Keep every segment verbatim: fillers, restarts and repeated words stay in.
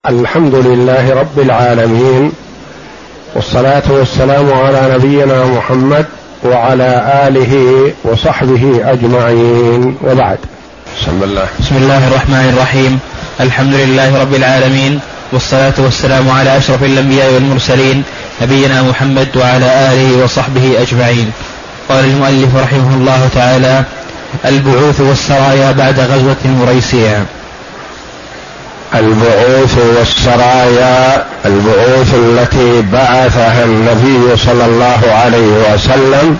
الحمد لله رب العالمين، والصلاة والسلام على نبينا محمد وعلى آله وصحبه أجمعين، وبعد. بسم الله بسم الله الرحمن الرحيم. الحمد لله رب العالمين، والصلاة والسلام على أشرف الأنبياء والمرسلين نبينا محمد وعلى آله وصحبه أجمعين. قال المؤلف رحمه الله تعالى: البعوث والسرايا بعد غزوة المريسيع. البعوث والسرايا، البعوث التي بعثها النبي صلى الله عليه وسلم،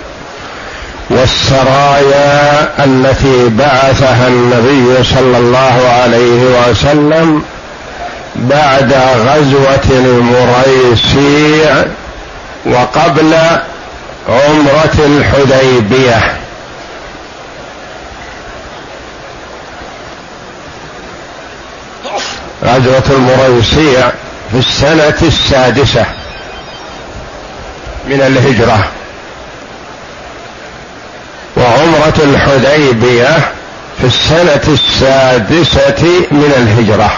والسرايا التي بعثها النبي صلى الله عليه وسلم بعد غزوة المريسيع وقبل عمرة الحديبية. غزوة المريسيع في السنة السادسة من الهجرة، وعمرة الحديبية في السنة السادسة من الهجرة،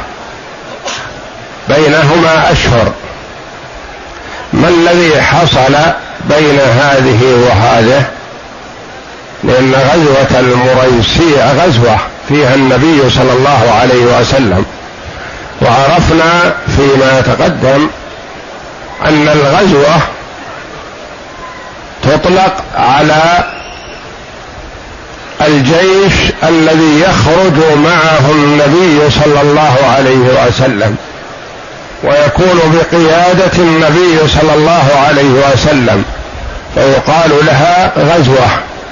بينهما أشهر. ما الذي حصل بين هذه وهذه؟ لأن غزوة المريسيع غزوة فيها النبي صلى الله عليه وسلم، وعرفنا فيما تقدم أن الغزوة تطلق على الجيش الذي يخرج معه النبي صلى الله عليه وسلم، ويكون بقيادة النبي صلى الله عليه وسلم، فيقال لها غزوة.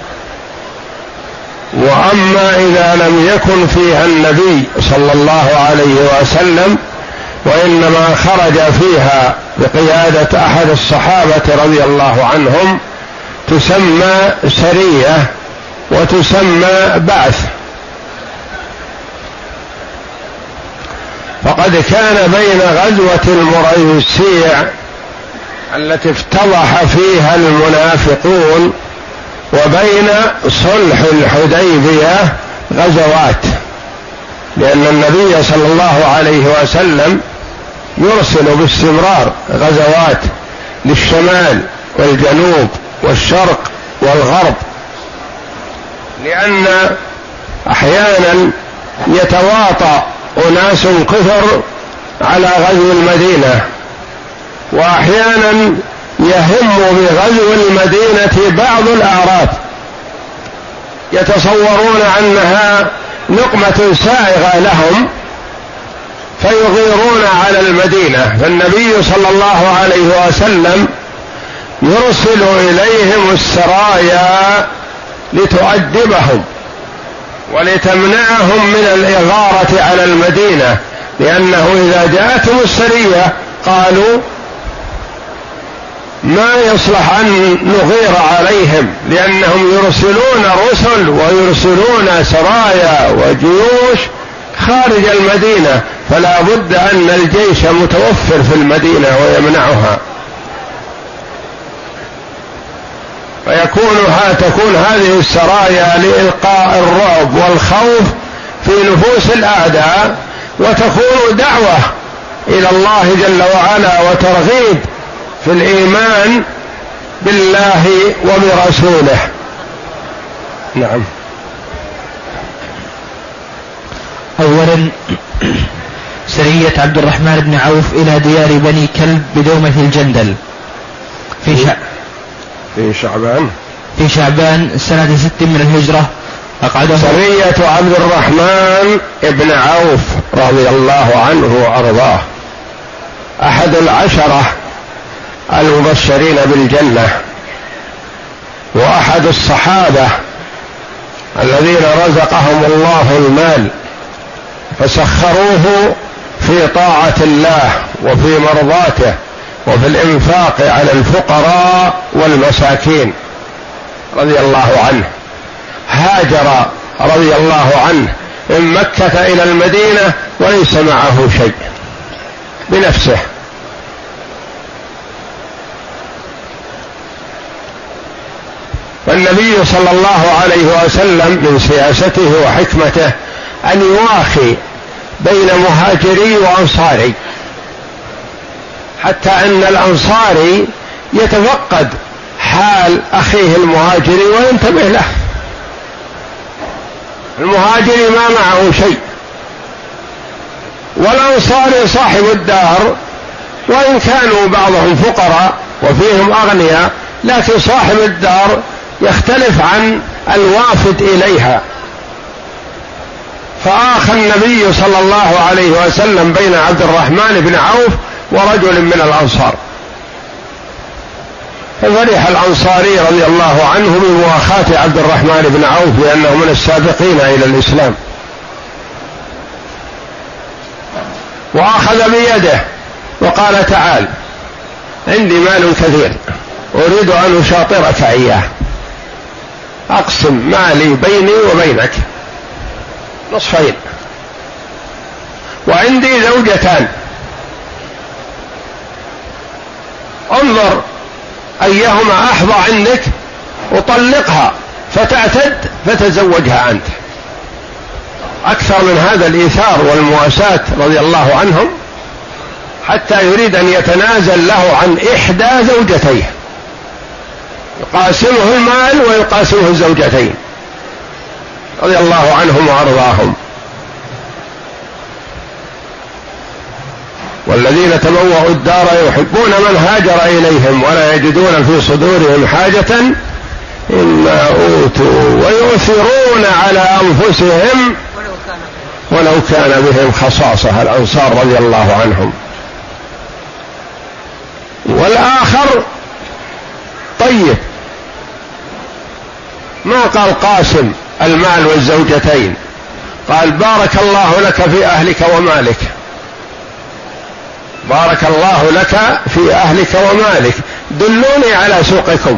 وأما إذا لم يكن فيها النبي صلى الله عليه وسلم، وإنما خرج فيها بقيادة أحد الصحابة رضي الله عنهم، تسمى سرية وتسمى بعث. فقد كان بين غزوة المريسيع التي افتضح فيها المنافقون وبين صلح الحديبية غزوات، لأن النبي صلى الله عليه وسلم يرسل باستمرار غزوات للشمال والجنوب والشرق والغرب، لأن أحيانا يتواطأ أناس كثر على غزو المدينة، وأحيانا يهم بغزو المدينة بعض الأعراب يتصورون أنها نقمة سائغة لهم فيغيرون على المدينة، فالنبي صلى الله عليه وسلم يرسل إليهم السرايا لتؤدبهم ولتمنعهم من الإغارة على المدينة، لأنه إذا جاءتهم السرية قالوا ما يصلح أن نغير عليهم، لأنهم يرسلون رسل ويرسلون سرايا وجيوش خارج المدينة، فلا بد أن الجيش متوفر في المدينة ويمنعها، فيكون تكون هذه السرايا لإلقاء الرعب والخوف في نفوس الأعداء، وتكون دعوة إلى الله جل وعلا وترغيب في الإيمان بالله وبرسوله. نعم. أولا، سرية عبد الرحمن بن عوف إلى ديار بني كلب بدومة الجندل في شع... في شعبان في شعبان سنة ست من الهجرة. أقعده سرية عبد الرحمن بن عوف رضي الله عنه وأرضاه، أحد العشرة المبشرين بالجنة، وأحد الصحابة الذين رزقهم الله المال فسخروه في طاعة الله وفي مرضاته وفي الإنفاق على الفقراء والمساكين رضي الله عنه. هاجر رضي الله عنه من مكة إلى المدينة وليس معه شيء بنفسه، فالنبي صلى الله عليه وسلم من سياسته وحكمته أن يواخي بين مهاجري وأنصاري، حتى أن الأنصاري يتفقد حال أخيه المهاجري وينتبه له. المهاجري ما معه شيء، والأنصاري صاحب الدار، وإن كانوا بعضهم فقراء وفيهم أغنياء، لكن صاحب الدار يختلف عن الوافد إليها. فآخى النبي صلى الله عليه وسلم بين عبد الرحمن بن عوف ورجل من الأنصار، ففرح الأنصاري رضي الله عنه بمواخاة عبد الرحمن بن عوف لأنه من السابقين إلى الإسلام، وأخذ بيده وقال: تعال، عندي مال كثير أريد أن أشاطرك إياه، أقسم مالي بيني وبينك نصفين، وعندي زوجتان، انظر أيهما أحظى عندك وطلقها فتعتد فتزوجها أنت. أكثر من هذا الإيثار والمواساة رضي الله عنهم، حتى يريد أن يتنازل له عن إحدى زوجتيه، يقاسمه المال ويقاسمه الزوجتين رضي الله عنهم وأرضاهم. والذين تبوأوا الدار يحبون من هاجر إليهم ولا يجدون في صدورهم حاجة مما أوتوا ويؤثرون على أنفسهم ولو كان بهم خصاصة، الأنصار رضي الله عنهم. والآخر طيب، ما قال قاسم المال والزوجتين، قال: بارك الله لك في أهلك ومالك، بارك الله لك في أهلك ومالك، دلوني على سوقكم.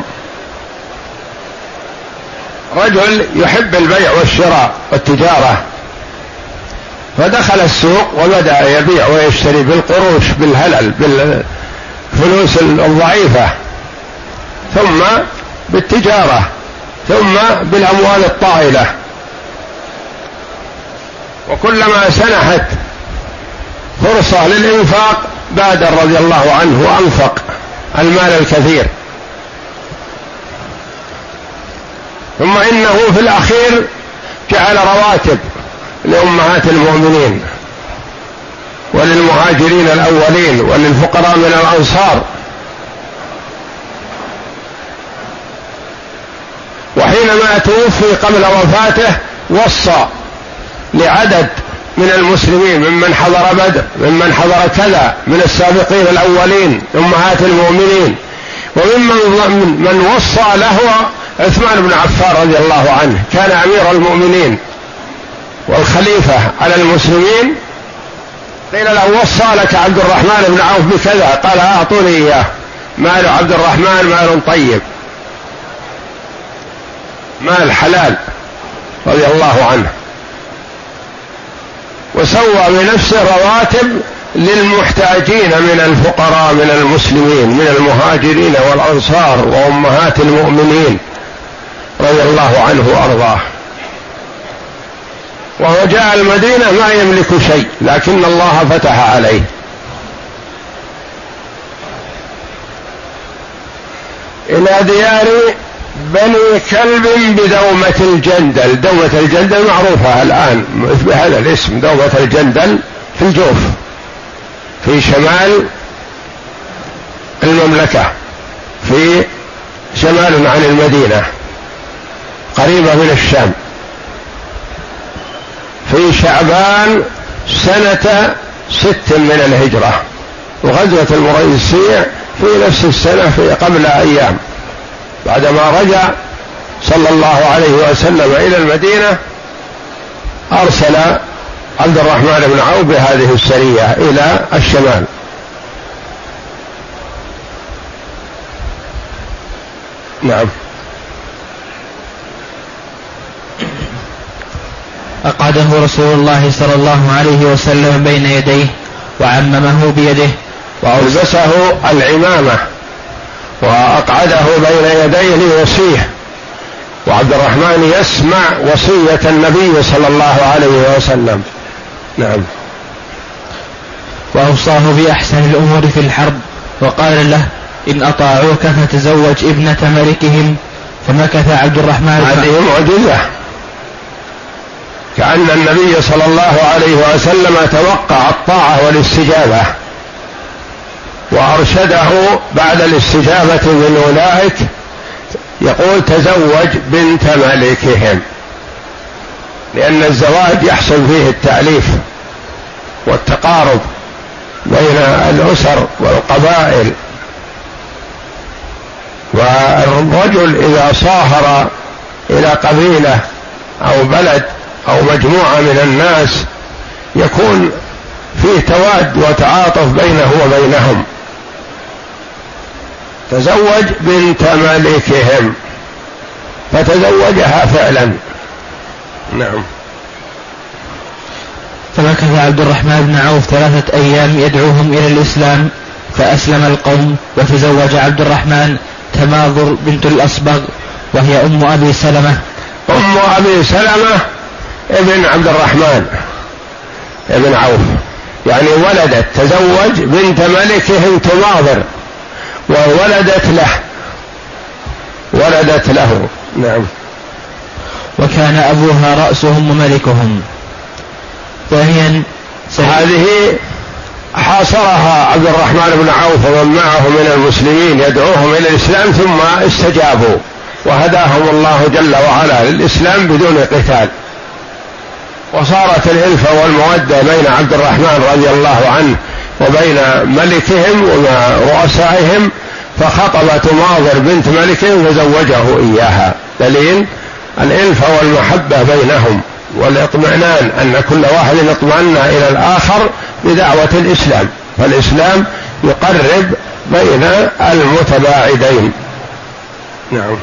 رجل يحب البيع والشراء والتجارة، فدخل السوق وبدأ يبيع ويشتري بالقروش، بالهلل، بالفلوس الضعيفة، ثم بالتجارة، ثم بالأموال الطائلة. وكلما سنحت فرصة للإنفاق بادر رضي الله عنه وأنفق المال الكثير. ثم إنه في الأخير جعل رواتب لأمهات المؤمنين وللمهاجرين الأولين وللفقراء من الأنصار. وحينما توفي قبل وفاته وصى لعدد من المسلمين ممن حضر بدر، ممن حضر كذا، من السابقين الأولين أمهات المؤمنين، وممن من وصى له عثمان بن عفان رضي الله عنه، كان أمير المؤمنين والخليفة على المسلمين. قيل له: وصى لك عبد الرحمن بن عوف بكذا، قال: أعطوني إياه، مال عبد الرحمن مال طيب، مال حلال رضي الله عنه. وسوى بنفسه رواتب للمحتاجين من الفقراء من المسلمين من المهاجرين والأنصار وأمهات المؤمنين رضي الله عنه وأرضاه. وهو جاء المدينة ما يملك شيء، لكن الله فتح عليه. إلى ديار بني كلب بدومة الجندل. دومة الجندل معروفة الآن بهذا الاسم، دومة الجندل في الجوف في شمال المملكة، في شمال عن المدينة، قريبة من الشام، في شعبان سنة ست من الهجرة. وغزوة المريسيع في نفس السنة في قبل أيام، بعدما رجع صلى الله عليه وسلم إلى المدينة أرسل عبد الرحمن بن عوف بهذه السرية إلى الشمال. نعم. أقعده رسول الله صلى الله عليه وسلم بين يديه وعممه بيده وألبسه العمامة وأقعده بين يديه ليوصيه، وعبد الرحمن يسمع وصية النبي صلى الله عليه وسلم. نعم. وأوصاه بأحسن الأمور في الحرب وقال له إن أطاعوك فتزوج ابنة ملكهم. فمكث عبد الرحمن. هذه معجزة، كأن النبي صلى الله عليه وسلم توقع الطاعة والاستجابة وأرشده بعد الاستجابة من أولئك، يقول تزوج بنت ملكهم، لأن الزواج يحصل فيه التأليف والتقارب بين الأسر والقبائل، والرجل إذا صاهر إلى قبيلة أو بلد أو مجموعة من الناس يكون فيه تواد وتعاطف بينه وبينهم. تزوج بنت ملكهم، فتزوجها فعلا. نعم. فمكث عبد الرحمن بن عوف ثلاثة أيام يدعوهم إلى الإسلام، فأسلم القوم، وتزوج عبد الرحمن تماضر بنت الأصبغ، وهي أم أبي سلمة. أم أبي سلمة ابن عبد الرحمن ابن عوف، يعني ولدت، تزوج بنت ملكهم تماضر وولدت له ولدت له نعم. وكان أبوها رأسهم وملكهم. ثانيا هذه حاصرها عبد الرحمن بن عوف ومن معه من المسلمين يدعوهم إلى الإسلام، ثم استجابوا وهداهم الله جل وعلا للإسلام بدون قتال، وصارت الألفة والمودة بين عبد الرحمن رضي الله عنه وبين ملكهم ورؤسائهم، فخطب تماضر بنت ملكهم فزوجه إياها، دليل الألفة والمحبة بينهم والاطمئنان، أن كل واحد اطمأن إلى الآخر بدعوة الإسلام، فالإسلام يقرب بين المتباعدين. نعم.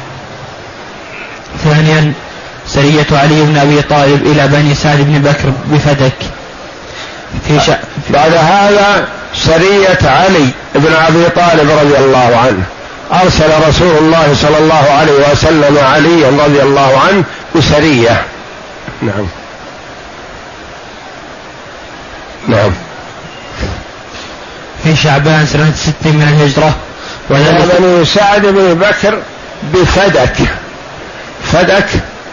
ثانيا سرية علي بن أبي طالب إلى بني سعد بن بكر بفدك. في شأ... بعد هذا سرية علي بن أبي طالب رضي الله عنه، أرسل رسول الله صلى الله عليه وسلم علي رضي الله عنه بسرية. نعم. نعم. في شعبان سنة ست من الهجرة، وذلك بني سعد بن بكر بفدك. فدك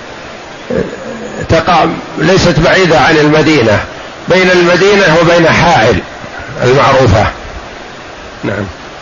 تقع ليست بعيدة عن المدينة، بين المدينة وبين حائل المعروفة. نعم.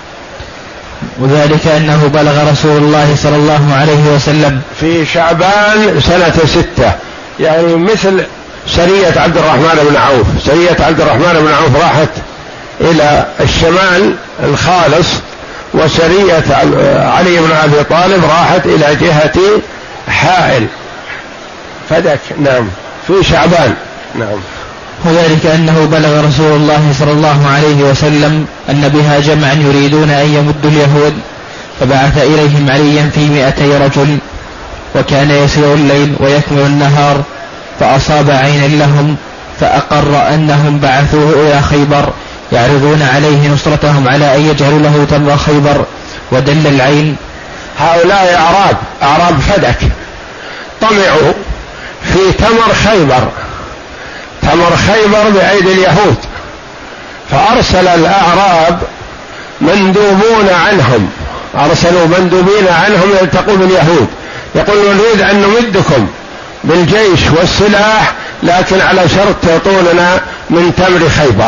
وذلك أنه بلغ رسول الله صلى الله عليه وسلم في شعبان سنة ستة، يعني مثل سرية عبد الرحمن بن عوف. سرية عبد الرحمن بن عوف راحت إلى الشمال الخالص، وسرية علي بن أبي طالب راحت إلى جهة حائل فدك. نعم. في شعبان. نعم. وذلك أنه بلغ رسول الله صلى الله عليه وسلم أن بها جمعا يريدون أن يمدوا اليهود، فبعث إليهم عليا في مئتي رجل، وكان يسير الليل ويكمل النهار، فأصاب عينا لهم، فأقر أنهم بعثوه إلى خيبر يعرضون عليه نصرتهم على أن يجعلوا له تمر خيبر، ودل العين. هؤلاء أعراب أعراب فدك طمعوا في تمر خيبر، تمر خيبر بأيدي اليهود، فأرسل الأعراب مندوبون عنهم، أرسلوا مندوبين عنهم يلتقوا باليهود، يقولون نريد أن نمدكم بالجيش والسلاح، لكن على شرط تعطوننا من تمر خيبر.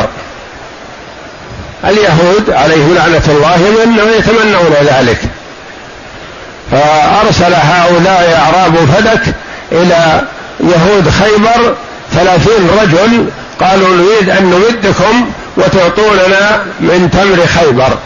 اليهود عليهم لعنة الله من يتمنون ذلك، فأرسل هؤلاء أعراب فدك إلى يهود خيبر ثلاثين رجل، قالوا نريد أن نمدكم وتعطوننا من تمر خيبر.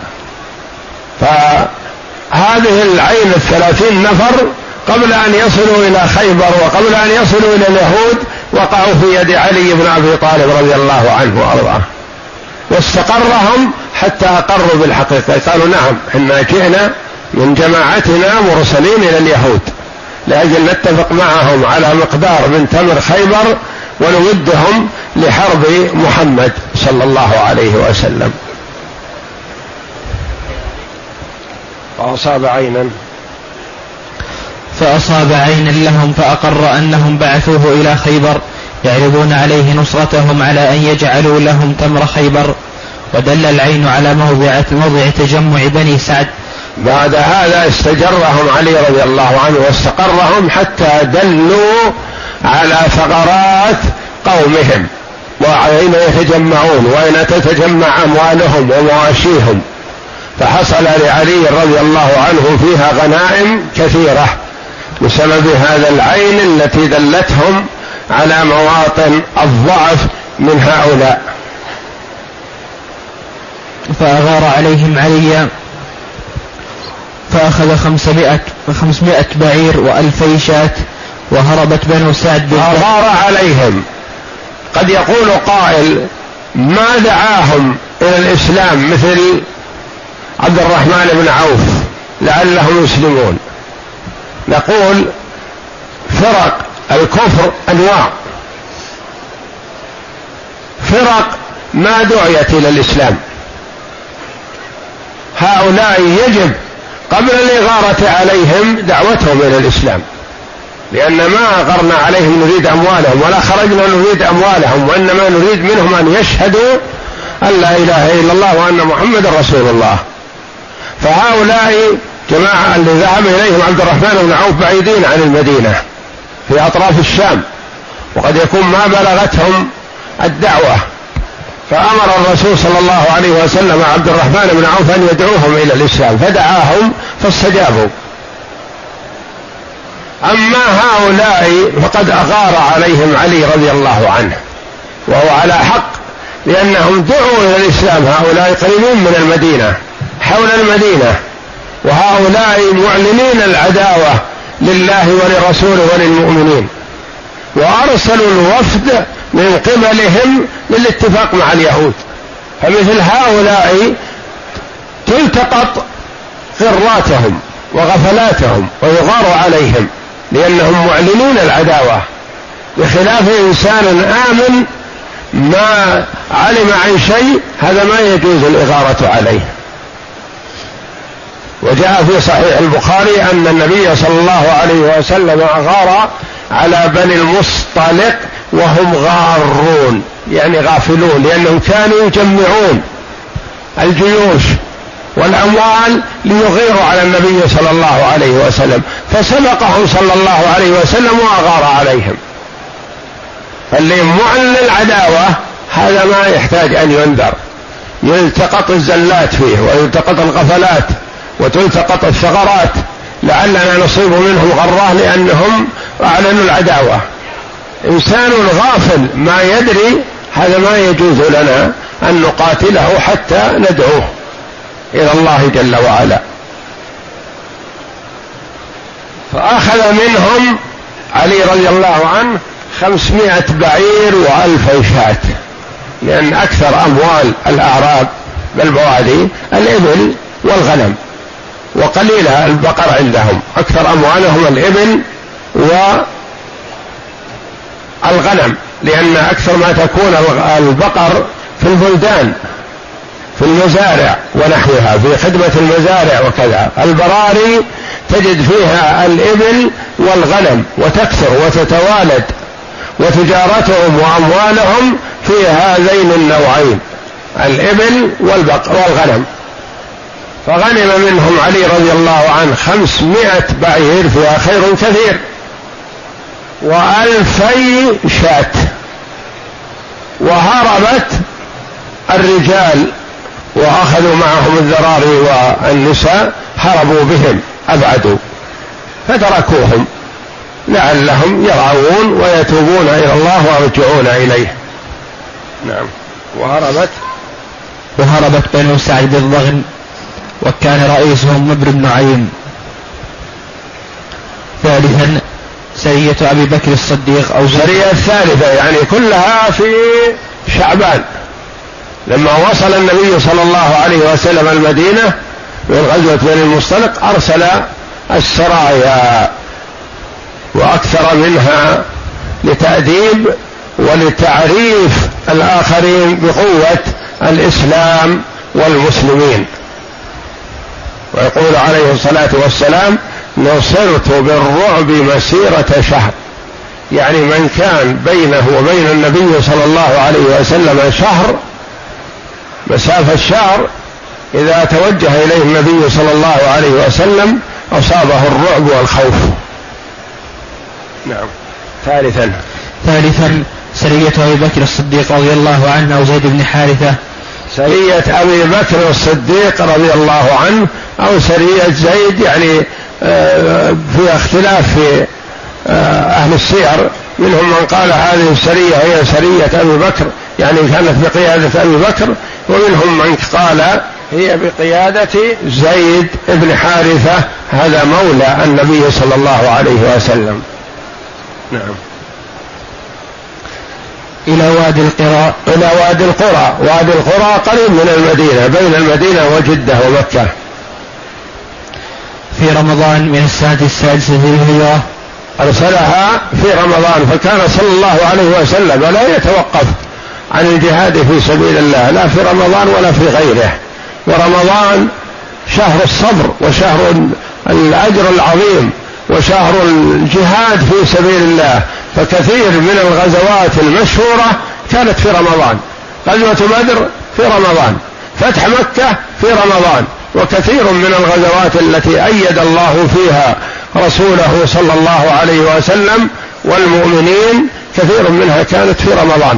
فهذه العين الثلاثين نفر قبل أن يصلوا إلى خيبر وقبل أن يصلوا إلى اليهود وقعوا في يد علي بن أبي طالب رضي الله عنه وأرضاه، واستقرهم حتى أقروا بالحقيقة، قالوا نعم إحنا جئنا من جماعتنا مرسلين إلى اليهود لأجل نتفق معهم على مقدار من تمر خيبر ونودهم لحرب محمد صلى الله عليه وسلم. فأصاب عينا فأصاب عينا لهم، فأقر أنهم بعثوه إلى خيبر يعرضون عليه نصرتهم على أن يجعلوا لهم تمر خيبر، ودل العين على موضع, موضع تجمع بني سعد. بعد هذا استجرهم علي رضي الله عنه واستقرهم حتى دلوا على ثغرات قومهم وأين يتجمعون وأين تتجمع أموالهم ومواشيهم، فحصل لعلي رضي الله عنه فيها غنائم كثيرة بسبب هذا العين التي دلتهم على مواطن الضعف من هؤلاء. فأغار عليهم علي فأخذ خمسمائة, خمسمائة بعير وألفي شاة وهربت بنو سعد. أغار عليهم، قد يقول قائل ما دعاهم إلى الإسلام مثل عبد الرحمن بن عوف لعلهم يسلمون؟ نقول فرق الكفر أنواع، فرق ما دعيت إلى الإسلام، هؤلاء يجب قبل الإغارة عليهم دعوتهم إلى الإسلام، لأن ما أغرنا عليهم نريد أموالهم ولا خرجنا نريد أموالهم، وإنما نريد منهم أن يشهدوا أن لا إله إلا الله وأن محمد رسول الله. فهؤلاء جماعة اللي ذهب إليهم عبد الرحمن بن عوف بعيدين عن المدينة في أطراف الشام، وقد يكون ما بلغتهم الدعوة، فأمر الرسول صلى الله عليه وسلم عبد الرحمن بن عوف أن يدعوهم إلى الإسلام، فدعاهم فاستجابوا. أما هؤلاء فقد أغار عليهم علي رضي الله عنه وهو على حق، لأنهم دعوا إلى الإسلام، هؤلاء قريبين من المدينة حول المدينة، وهؤلاء معلنين العداوة لله ولرسوله وللمؤمنين، وأرسلوا الوفد من قبلهم للاتفاق مع اليهود، فمثل هؤلاء تلتقط غراتهم وغفلاتهم ويغار عليهم لأنهم معلنون العداوة، بخلاف إنسان آمن ما علم عن شيء هذا ما يجوز الإغارة عليه. وجاء في صحيح البخاري أن النبي صلى الله عليه وسلم أغار على بني المصطلق وهم غارون، يعني غافلون، لأنهم كانوا يجمعون الجيوش والأموال ليغيروا على النبي صلى الله عليه وسلم، فسبقهم صلى الله عليه وسلم وأغار عليهم. فاللي معلن العداوة هذا ما يحتاج أن ينذر، يلتقط الزلات فيه ويلتقط الغفلات وتلتقط الثغرات لعلنا نصيب منهم غراه لأنهم أعلنوا العداوة. إنسان غافل ما يدري هذا ما يجوز لنا أن نقاتله حتى ندعوه إلى الله جل وعلا. فأخذ منهم علي رضي الله عنه خمسمائة بعير وألف شاة، لأن أكثر أموال الأعراب بالبوادي الإبل والغنم، وقليلها البقر عندهم، أكثر أموالهم الإبل والغنم، لأن أكثر ما تكون البقر في البلدان في المزارع ونحوها في خدمة المزارع وكذا، البراري تجد فيها الإبل والغنم وتكثر وتتوالد، وتجارتهم وأموالهم في هذين النوعين الإبل والبقر والغنم. فغنم منهم علي رضي الله عنه خمسمائة بعير فيها خير كثير وألفي شاة، وهربت الرجال وأخذوا معهم الذراري والنساء، هربوا بهم أبعدوا فتركوهم لعلهم يرعون ويتوبون إلى الله ويرجعون إليه. نعم. وهربت وهربت بنو سعد بالضغن وكان رئيسهم مبر بن عيم. ثالثا سرية أبي بكر الصديق أو سرية الثالثة، يعني كلها في شعبان لما وصل النبي صلى الله عليه وسلم المدينة من غزوة بني المصطلق أرسل السرايا، وأكثر منها لتأديب ولتعريف الآخرين بقوة الإسلام والمسلمين. ويقول عليه الصلاة والسلام: نصرت بالرعب مسيرة شهر، يعني من كان بينه وبين النبي صلى الله عليه وسلم شهر مسافة شهر إذا توجه إليه النبي صلى الله عليه وسلم أصابه الرعب والخوف. نعم. ثالثا ثالثا سرية أبي بكر الصديق رضي الله عنه أو زيد بن حارثة. سرية أبي بكر الصديق رضي الله عنه أو سرية زيد، يعني في اختلاف في أهل السير، منهم من قال هذه السرية هي سرية أبي بكر يعني كانت بقيادة أبي بكر، ومنهم من قال هي بقيادة زيد بن حارثة هذا مولى النبي صلى الله عليه وسلم. نعم. إلى وادي القرى. إلى وادي القرى. وادي القرى قريب من المدينة، بين المدينة وجدة ومكة. في رمضان من السنة السادسة للهجرة. أرسلها في رمضان، فكان صلى الله عليه وسلم لا يتوقف عن الجهاد في سبيل الله لا في رمضان ولا في غيره. ورمضان شهر الصبر وشهر الأجر العظيم وشهر الجهاد في سبيل الله، فكثير من الغزوات المشهورة كانت في رمضان. غزوة بدر في رمضان، فتح مكة في رمضان، وكثير من الغزوات التي أيد الله فيها رسوله صلى الله عليه وسلم والمؤمنين كثير منها كانت في رمضان.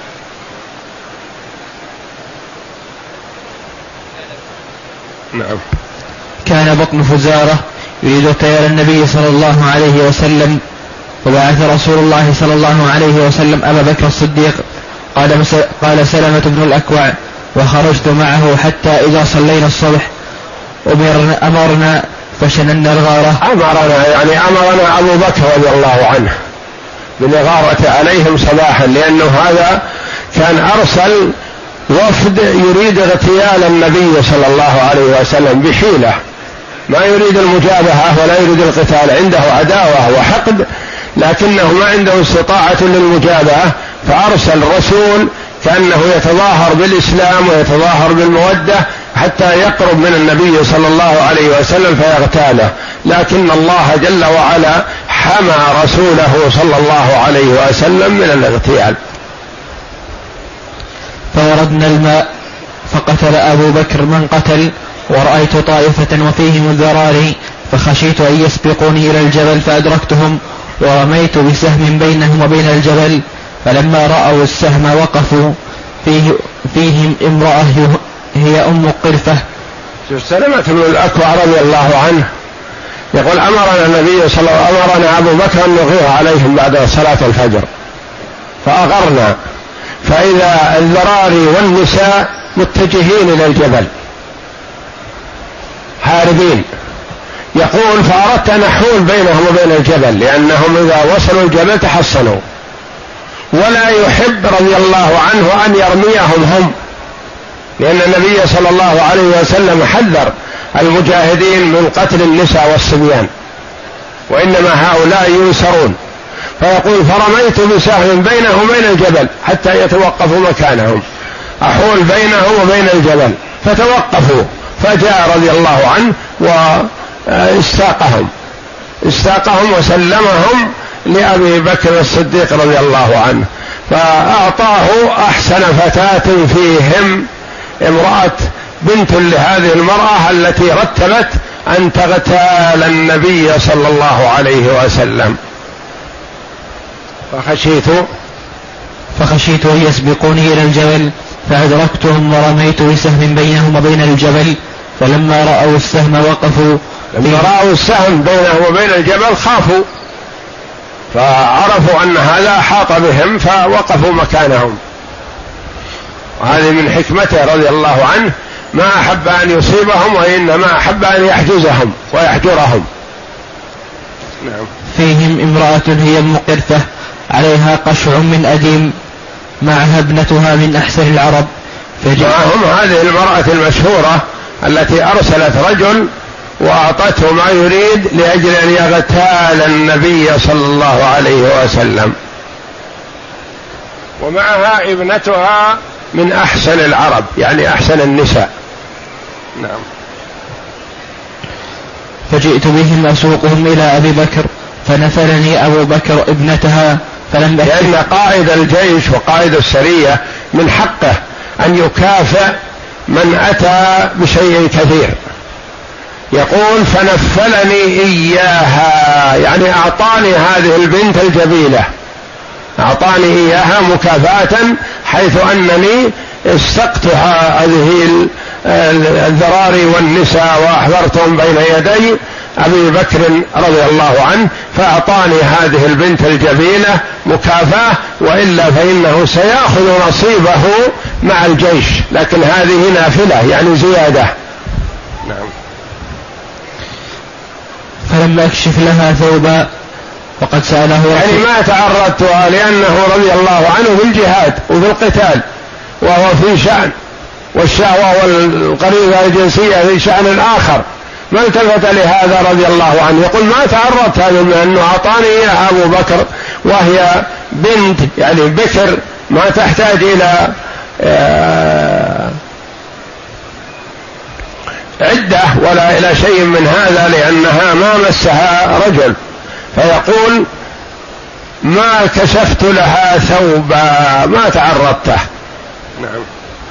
نعم. كان بطن فزارة يريد اغتيال النبي صلى الله عليه وسلم، وبعث رسول الله صلى الله عليه وسلم أبا بكر الصديق. قال, قال سلمة بن الأكوع: وخرجت معه حتى إذا صلينا الصبح أمرنا, أمرنا فشننا الغارة. أمرنا يعني أمرنا أبو بكر رضي الله عنه بالإغارة عليهم صباحا، لأنه هذا كان أرسل وفد يريد اغتيال النبي صلى الله عليه وسلم بحيلة، ما يريد المجابهة ولا يريد القتال، عنده عداوة وحقد لكنه ما عنده استطاعة للمجابهة، فأرسل رسول كأنه يتظاهر بالإسلام ويتظاهر بالمودة حتى يقرب من النبي صلى الله عليه وسلم فيغتاله، لكن الله جل وعلا حمى رسوله صلى الله عليه وسلم من الاغتيال. فوردنا الماء فقتل أبو بكر من قتل، ورأيت طائفة وفيهم الذراري فخشيت أن يسبقوني إلى الجبل فأدركتهم ورميت بسهم بينهم وبين الجبل، فلما رأوا السهم وقفوا فيه فيهم امرأة هي أم قرفة. سلمة بن الأكوع رضي الله عنه يقول: أمرنا النبي صلى الله عليه وسلم أمرنا أبو بكر أن نغير عليهم بعد صلاة الفجر، فأغرنا فإذا الذراري والنساء متجهين إلى الجبل هاربين. يقول: فأردت أن أحول بينهم وبين الجبل، لأنهم إذا وصلوا الجبل تحصنوا، ولا يحب رضي الله عنه أن يرميهم هم، لأن النبي صلى الله عليه وسلم حذر المجاهدين من قتل النساء والصبيان، وإنما هؤلاء ينصرون. فيقول: فرميت بسهم بينهم وبين الجبل حتى يتوقفوا مكانهم، أحول بينهم وبين الجبل، فتوقفوا، فجاء رضي الله عنه واستاقهم استاقهم وسلمهم لأبي بكر الصديق رضي الله عنه، فأعطاه أحسن فتاة فيهم، امرأة بنت لهذه المرأة التي رتبت أن تغتال النبي صلى الله عليه وسلم. فخشيت فخشيت أن يسبقوني إلى الجبل فأدركتهم ورميت بسهم بينهم وبين الجبل، فلما رأوا السهم وقفوا. لما رأوا السهم بينهم وبين الجبل خافوا، فعرفوا أن هذا أحاط بهم فوقفوا مكانهم. وهذه من حكمته رضي الله عنه، ما أحب أن يصيبهم وإنما أحب أن يحجزهم ويحجرهم. نعم. فيهم امرأة هي أم قرفة عليها قشع من أديم معها ابنتها من أحسن العرب. معهم هذه المرأة المشهورة التي أرسلت رجل وأعطته ما يريد لأجل أن يغتال النبي صلى الله عليه وسلم، ومعها ابنتها من أحسن العرب يعني أحسن النساء. نعم. فجئت بهم أسوقهم إلى أبي بكر فنفلني أبو بكر ابنتها فلم لأن قائد الجيش وقائد السرية من حقه أن يكافئ من أتى بشيء كثير. يقول فنفلني إياها، يعني أعطاني هذه البنت الجميلة، أعطاني إياها مكافأة، حيث أنني استقت هذه الذراري والنساء وأحضرتهم بين يدي أبي بكر رضي الله عنه، فأعطاني هذه البنت الجميلة مكافأة، وإلا فإنه سيأخذ نصيبه مع الجيش، لكن هذه نافلة يعني زيادة. نعم. فلم أكشف لها ثوبا وقد سأله يعني ما تعرضتها، لأنه رضي الله عنه في الجهاد وفي القتال وهو في شأن، والشهوة والقريبة الجنسية في شأن آخر، ما التفت لهذا رضي الله عنه. يقول ما تعرضت هذا، لأنه أعطاني إياها أبو بكر وهي بنت يعني بكر، ما تحتاج إلى عدة ولا إلى شيء من هذا، لأنها ما مسها رجل. فيقول ما كشفت لها ثوبا، ما تعرضته. نعم.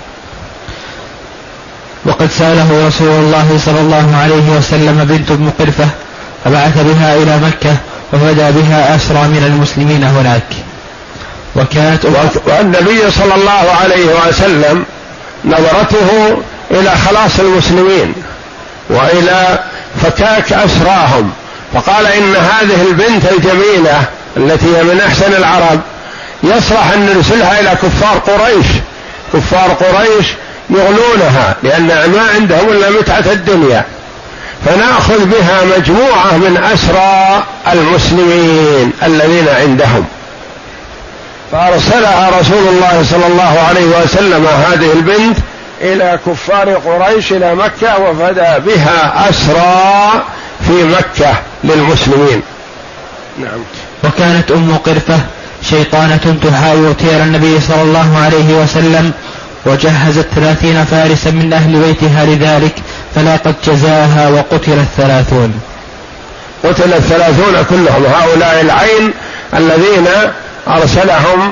وقد سأله رسول الله صلى الله عليه وسلم بنت ام قرفة فبعث بها إلى مكة وفدى بها أسرى من المسلمين هناك. وكانت والنبي صلى الله عليه وسلم نظرته إلى خلاص المسلمين وإلى فكاك أسراهم، فقال إن هذه البنت الجميلة التي هي من أحسن العرب يصلح أن نرسلها إلى كفار قريش. كفار قريش يغلونها لأن ما عندهم إلا متعة الدنيا، فنأخذ بها مجموعة من أسرى المسلمين الذين عندهم. فأرسلها رسول الله صلى الله عليه وسلم هذه البنت إلى كفار قريش إلى مكة، وفدى بها أسرى في مكة للمسلمين. نعم. وكانت أم قرفة شيطانة تحاول تير النبي صلى الله عليه وسلم، وجهزت ثلاثين فارسا من أهل بيتها لذلك، فلاقت جزاها وقتل الثلاثون. قتل الثلاثون كلهم، هؤلاء العين الذين أرسلهم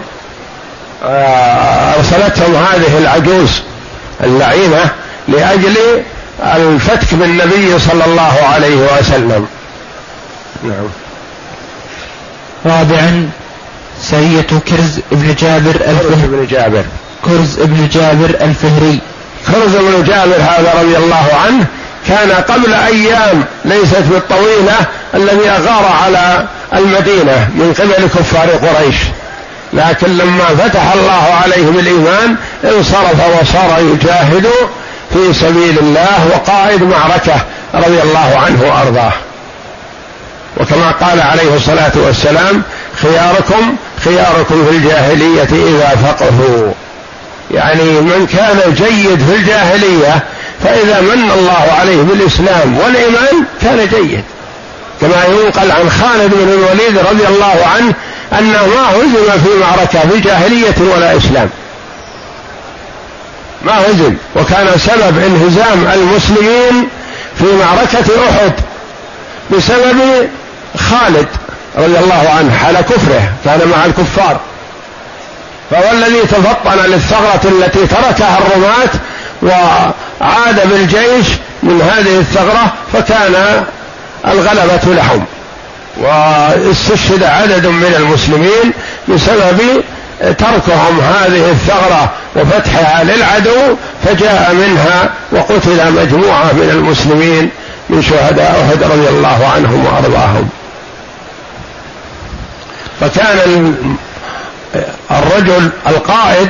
أرسلتهم هذه العجوز اللعينة لأجل الفتك بالنبي صلى الله عليه وسلم. نعم. رابعا سرية كرز ابن جابر الفهري بن جابر كرز ابن جابر الفهري. كرز بن جابر هذا رضي الله عنه كان قبل أيام ليست بالطويلة الذي أغار على المدينة من قبل كفار قريش، لكن لما فتح الله عليه بالإيمان انصرف وصار يجاهد في سبيل الله وقائد معركة رضي الله عنه وأرضاه. وكما قال عليه الصلاة والسلام خياركم خياركم في الجاهلية إذا فقهوا، يعني من كان جيد في الجاهلية فإذا من الله عليه بالإسلام والإيمان كان جيد، كما ينقل عن خالد بن الوليد رضي الله عنه أنه ما هزم في معركة في جاهلية ولا إسلام، ما هزم، وكان سبب انهزام المسلمين في معركة أحد بسبب خالد رضي الله عنه حال كفره، كان مع الكفار، فهو الذي تفطن للثغرة التي تركها الرماة وعاد بالجيش من هذه الثغرة، فكان الغلبة لهم، واستشهد عدد من المسلمين بسبب تركهم هذه الثغرة وفتحها للعدو، فجاء منها وقتل مجموعة من المسلمين من شهداء أحد رضي الله عنهم وأرضاهم. فكان الرجل القائد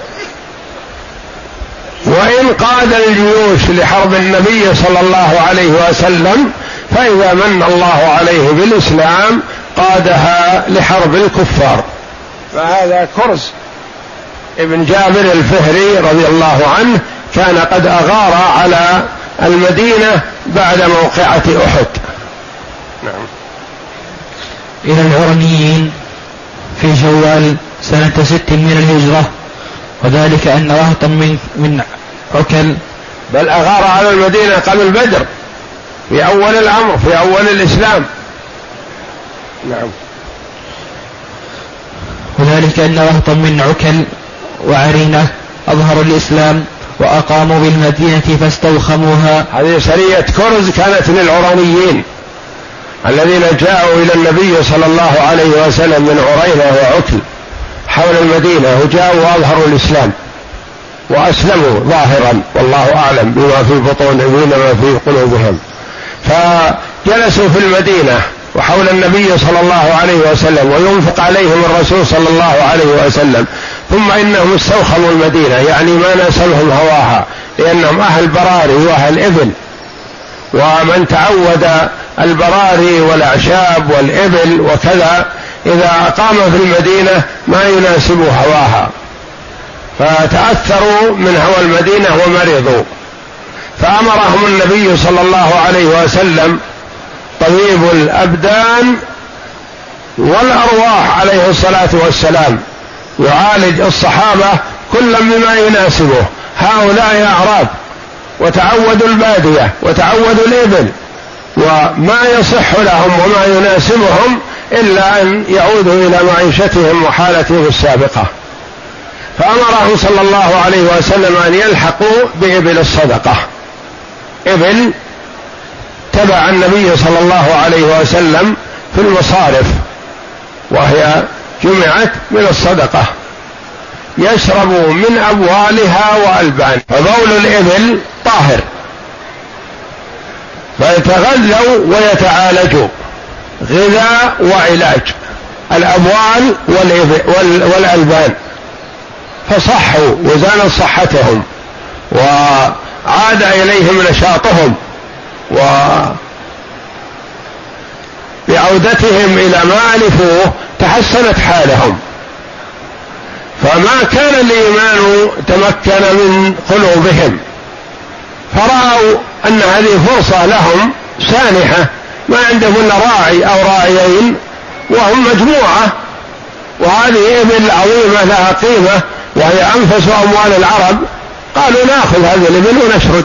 وإن قاد الجيوش لحرب النبي صلى الله عليه وسلم، فإذا من الله عليه بالإسلام قادها لحرب الكفار. فهذا كرز ابن جابر الفهري رضي الله عنه كان قد أغار على المدينة بعد موقعة أحد. نعم. إلى العرنيين في جوال سنة ست من الهجرة، وذلك أن رهطا من من عكل بل أغار على المدينة قبل بدر في أول الأمر في أول الإسلام. نعم. وذلك أن رهطا من عكل وعرينة أظهروا الإسلام وأقاموا بالمدينة فاستوخموها. هذه سرية كرز كانت للعرانيين الذين جاءوا إلى النبي صلى الله عليه وسلم من عرينة وعكل حول المدينة، وجاءوا وأظهروا الإسلام وأسلموا ظاهرا، والله أعلم بما في بطونهم وما في قلوبهم. فجلسوا في المدينة وحول النبي صلى الله عليه وسلم وينفق عليهم الرسول صلى الله عليه وسلم، ثم إنهم استوخموا المدينة، يعني ما ناسلهم هواها، لأنهم أهل براري وأهل إبل، ومن تعود البراري والأعشاب والإبل وكذا إذا أقام في المدينة ما يناسب هواها، فتأثروا من هوى المدينة ومرضوا. فأمرهم النبي صلى الله عليه وسلم طبيب الأبدان والأرواح عليه الصلاة والسلام يعالج الصحابة كلا بما يناسبه. هؤلاء أعراب وتعودوا البادية وتعودوا الإبل، وما يصح لهم وما يناسبهم إلا أن يعودوا إلى معيشتهم وحالتهم السابقة. فأمرهم صلى الله عليه وسلم أن يلحقوا بإبل الصدقة، إبل تبع النبي صلى الله عليه وسلم في المصارف، وهي جمعت من الصدقة، يشربوا من أبوالها وألبان. فبول الإبل طاهر، فيتغذوا ويتعالجوا، غذاء وعلاج، الأبوال والألبان، فصحوا وزالت صحتهم وعاد إليهم نشاطهم، وبعودتهم إلى ما ألفوه تحسنت حالهم. فما كان الإيمان تمكن من قلوبهم، فرأوا أن هذه فرصة لهم سانحة، ما عندهم إلا راعي أو راعيين وهم مجموعة، وهذه إبل عظيمة لها قيمة وهي أنفس أموال العرب، قالوا نأخذ هذه الإبل ونشرد.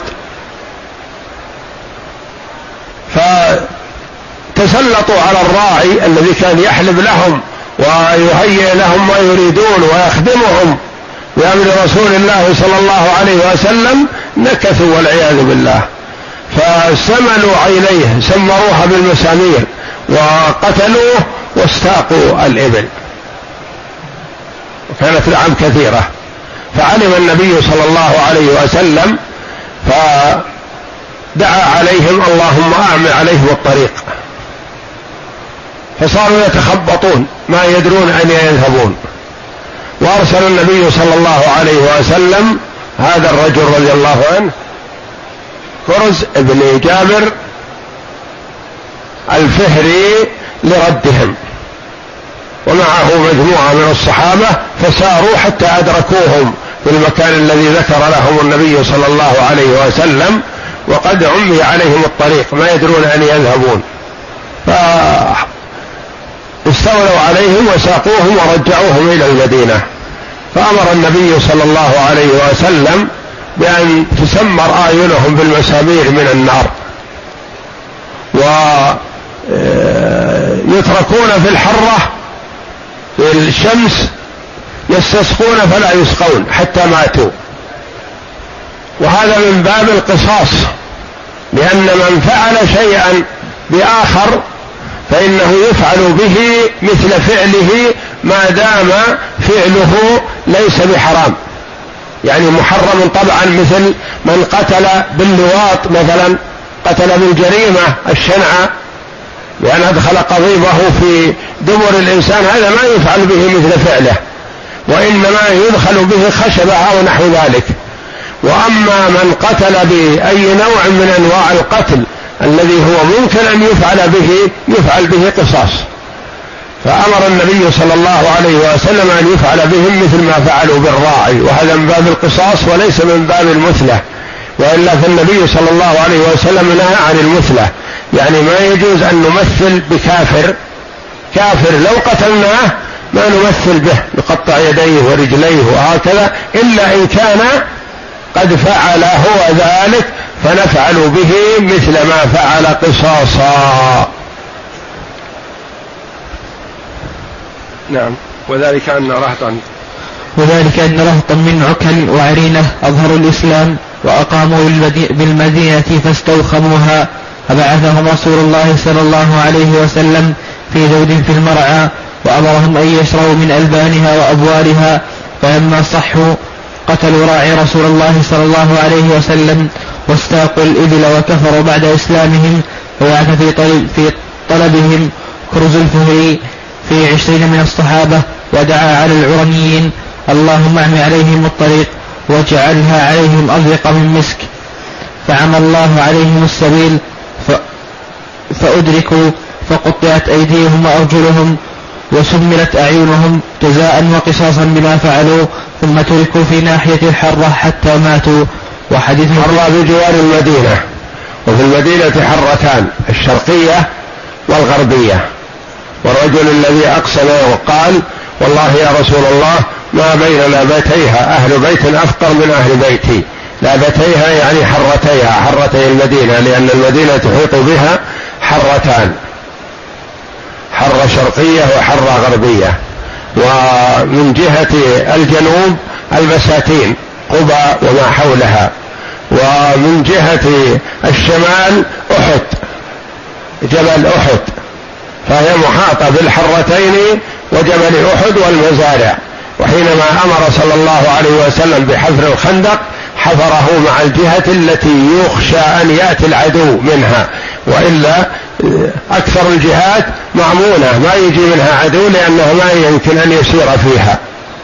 فتسلطوا على الراعي الذي كان يحلب لهم ويهيئ لهم ما يريدون ويخدمهم بأمر رسول الله صلى الله عليه وسلم، نكثوا والعياذ بالله، فسملوا عينيه، سمروها بالمسامير وقتلوه واستاقوا الإبل، وكانت العام كثيرة. فعلم النبي صلى الله عليه وسلم فدعا عليهم اللهم أعمل عليهم الطريق، فصاروا يتخبطون ما يدرون أين يذهبون. وأرسل النبي صلى الله عليه وسلم هذا الرجل رضي الله عنه كرز ابن جابر الفهري لردهم، ومعه مجموعة من الصحابة، فساروا حتى أدركوهم في المكان الذي ذكر لهم النبي صلى الله عليه وسلم، وقد عمي عليهم الطريق ما يدرون أن يذهبون، فاستولوا عليهم وساقوهم ورجعوهم إلى المدينة. فأمر النبي صلى الله عليه وسلم بأن تسمر أعينهم بالمسامير من النار، ويتركون في الحرة في الشمس يستسقون فلا يسقون حتى ماتوا. وهذا من باب القصاص، لأن من فعل شيئا بآخر فإنه يفعل به مثل فعله ما دام فعله ليس بحرام، يعني محرم طبعا، مثل من قتل باللواط مثلا، قتل بالجريمة الشنعة بأن أدخل قضيبه في دبر الإنسان، هذا ما يفعل به مثل فعله، وإنما يدخل به خشبة أو نحو ذلك. وأما من قتل بأي نوع من أنواع القتل الذي هو ممكن أن يفعل به يفعل به قصاص. فأمر النبي صلى الله عليه وسلم أن يفعل بهم مثل ما فعلوا بالراعي، وهذا من باب القصاص وليس من باب المثلة، وإلا فالنبي صلى الله عليه وسلم نهى عن المثلة، يعني ما يجوز أن نمثل بكافر، كافر لو قتلناه ما نمثل به نقطع يديه ورجليه وهكذا، إلا إن كان قد فعل هو ذلك فنفعل به مثل ما فعل قصاصا. نعم. وذلك أن رهطا وذلك أن رهطا من عكل وعرينة أظهروا الإسلام وأقاموا بالمدينة فاستوخموها، فبعثهم رسول الله صلى الله عليه وسلم في ذود في المرعى، وأمرهم أن يشربوا من ألبانها وأبوالها، فلما صحوا قتلوا راعي رسول الله صلى الله عليه وسلم واستاقوا الإبل وكفروا بعد إسلامهم. وبعث في, طلب في طلبهم كرز الفهري في عشرين من الصحابة، ودعا على العرنيين: اللهم اعم عليهم الطريق واجعلها عليهم أضيق من مسك. فعمى الله عليهم السبيل فأدركوا، فقطعت أيديهم وأرجلهم وسملت أعينهم جزاء وقصاصا بما فعلوا، ثم تركوا في ناحية الحرة حتى ماتوا. وحديث حرة بجوار المدينة، وفي المدينة حرتان: الشرقية والغربية. والرجل الذي أقسم وقال: والله يا رسول الله ما بين لابتيها أهل بيت أفقر من أهل بيتي. لابتيها يعني حرتيها، حرتي المدينة، لأن المدينة تحيط بها حرتان: حرة شرقية وحرة غربية. ومن جهة الجنوب البساتين قبى وما حولها، ومن جهة الشمال أحد، جبل أحد، فهي محاطة بالحرتين وجبل أحد والمزارع. وحينما أمر صلى الله عليه وسلم بحفر الخندق حفره مع الجهة التي يخشى أن يأتي العدو منها، وإلا أكثر الجهات معمونة ما يجي منها عدو، لأنه ما يمكن أن يسير فيها.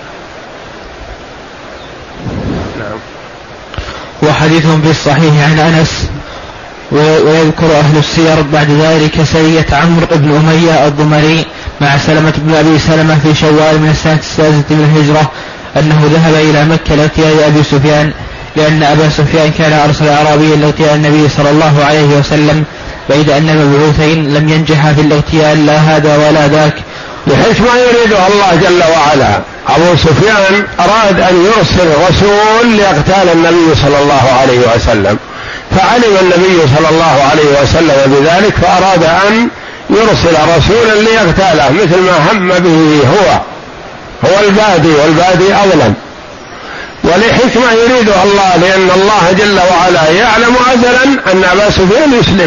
نعم. وحديث في الصحيح عن أنس. ويذكر أهل السير بعد ذلك سرية عمرو بن أمية الضمري مع سلمة بن أبي سلمة في شوال من السنة السادسة من الهجرة، أنه ذهب إلى مكة لاغتيال أبي سفيان، لأن أبا سفيان كان أرسل أعرابيا لاغتيال النبي صلى الله عليه وسلم، بيد أن المبعوثين لم ينجحا في الاغتيال لا هذا ولا ذاك، بحيث ما يريده الله جل وعلا. أبو سفيان أراد أن يرسل رسول ليغتال النبي صلى الله عليه وسلم، فعلم النبي صلى الله عليه وسلم بذلك، فأراد أن يرسل رسولا ليغتاله، مثل ما هم به هو هو البادي، والبادي أظلم. ولحكمة يريده الله، لأن الله جل وعلا يعلم أزلا أن أبا سفيان يسلم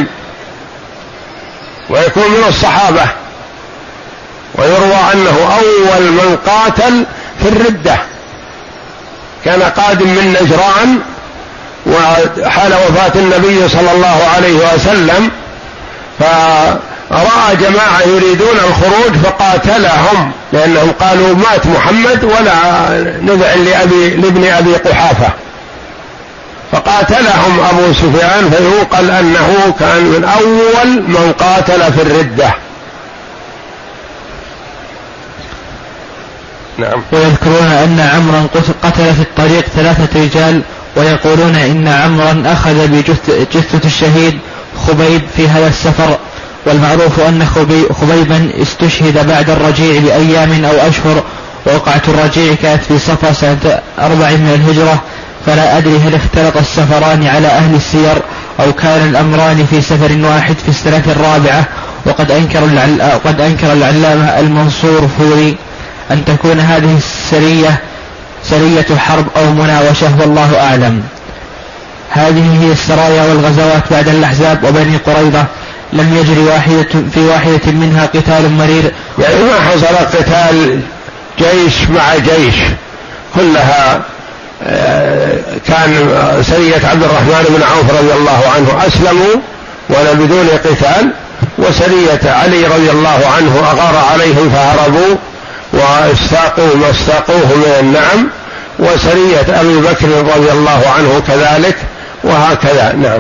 ويكون من الصحابة، ويروى أنه أول من قاتل في الردة، كان قادم من نجران، وحال وفاة النبي صلى الله عليه وسلم فرأى جماعة يريدون الخروج فقاتلهم، لأنهم قالوا مات محمد ولا نذعن لأبي لابن أبي قحافة، فقاتلهم أبو سفيان، فيوقل أنه كان من أول من قاتل في الردة. نعم. ويذكرون أن عمرا قتل في الطريق ثلاثة رجال، ويقولون إن عمرا أخذ بجثة الشهيد خبيب في هذا السفر. والمعروف أن خبيبا استشهد بعد الرجيع بأيام أو أشهر، ووقعة الرجيع كانت في صفر سنة أربع من الهجرة، فلا أدري هل اختلط السفران على أهل السير أو كان الأمران في سفر واحد في السنة الرابعة. وقد أنكر قد أنكر العلامة المنصور فوري أن تكون هذه السرية سرية حرب أو مناوشة، والله أعلم. هذه هي السرايا والغزوات بعد الأحزاب وبني قريظة، لم يجري واحدة في واحدة منها قتال مرير، يعني ما حصل قتال جيش مع جيش، كلها كان سرية عبد الرحمن بن عوف رضي الله عنه أسلموا ولا بدون قتال، وسرية علي رضي الله عنه أغار عليهم فهربوا واستاقوا ما استاقوه من النعم، وسرية أبي بكر رضي الله عنه كذلك، وهكذا. نعم.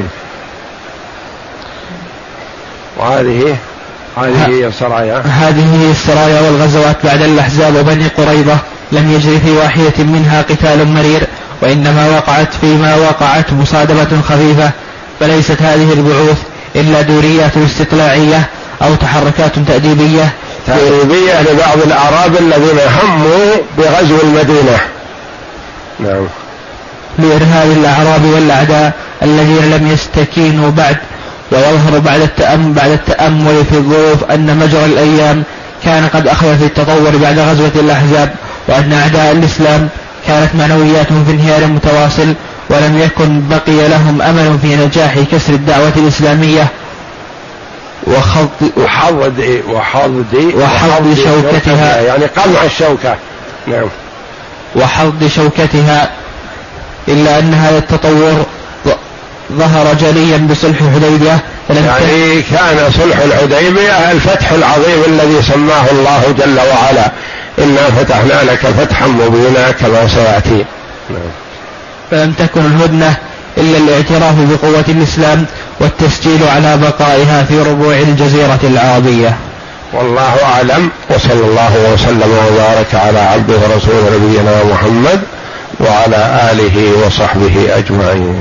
وهذه هذه هي السرايا هذه هي السرايا والغزوات بعد الأحزاب وبني قريظة، لم يجري في واحدة منها قتال مرير، وإنما وقعت فيما وقعت مصادمة خفيفة، فليست هذه البعوث إلا دوريات استطلاعية أو تحركات تأديبية تأديبية لبعض الأعراب الذين هموا بغزو المدينة. نعم. لإرهاب الأعراب والأعداء الذين لم يستكينوا بعد. ويظهر بعد التأمل, بعد التأمل في الظروف أن مجرى الأيام كان قد أخذ في التطور بعد غزوة الأحزاب، وأن أعداء الإسلام كانت معنوياتهم في انهيار متواصل، ولم يكن بقي لهم أمل في نجاح كسر الدعوة الإسلامية وخض وحض وحض وحض شوكتها، يعني قمع الشوكة. نعم. وحض شوكتها، إلا أن هذا التطور ظهر جليا بصلح الحديبية. يعني كان صلح الحديبية الفتح العظيم الذي سماه الله جل وعلا إنا فتحنا لك فتحا مبينا كما سيأتي. فلم تكن الهدنة إلا الاعتراف بقوة الإسلام والتسجيل على بقائها في ربوع الجزيرة العربية. والله أعلم، وصلى الله وسلم وبارك على عبده ورسوله نبينا محمد وعلى آله وصحبه أجمعين.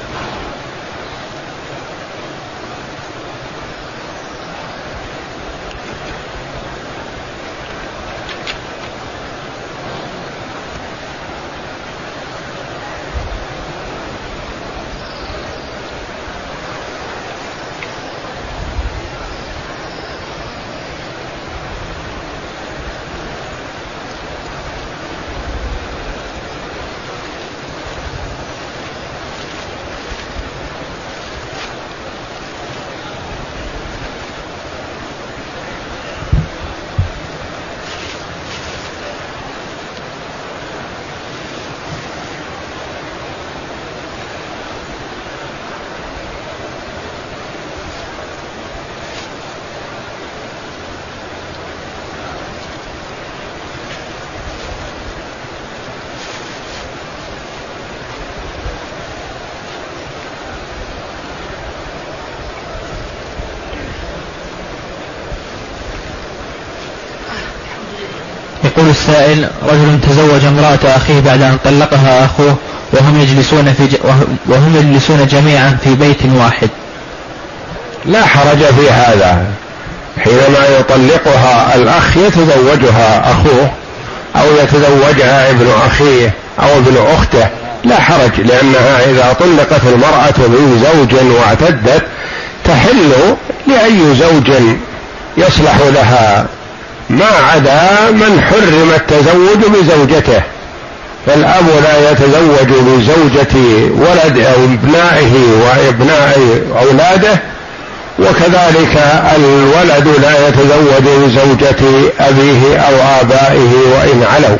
يقول السائل: رجل تزوج امرأة أخيه بعد أن طلقها أخوه وهم يجلسون في ج... وهم يجلسون جميعا في بيت واحد. لا حرج في هذا، حينما يطلقها الأخ يتزوجها أخوه أو يتزوجها ابن أخيه أو ابن أخته، لا حرج، لأنها إذا طلقت المرأة من زوج واعتدت تحل لأي زوج يصلح لها، ما عدا من حرم التزوج بزوجته، فالأب لا يتزوج بزوجة ولد أو ابنائه وابناء أولاده، وكذلك الولد لا يتزوج بزوجة أبيه أو آبائه وإن علوا.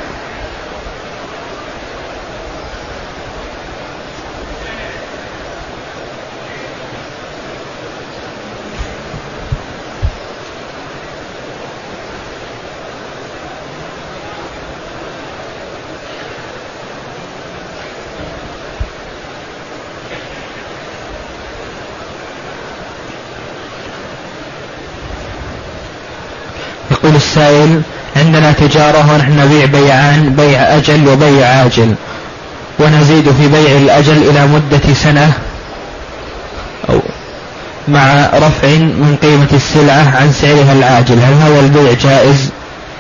يقول السائل: عندنا تجارة ونحن نبيع بيعان، بيع أجل وبيع عاجل، ونزيد في بيع الأجل إلى مدة سنة أو مع رفع من قيمة السلعة عن سعرها العاجل، هل هذا البيع جائز؟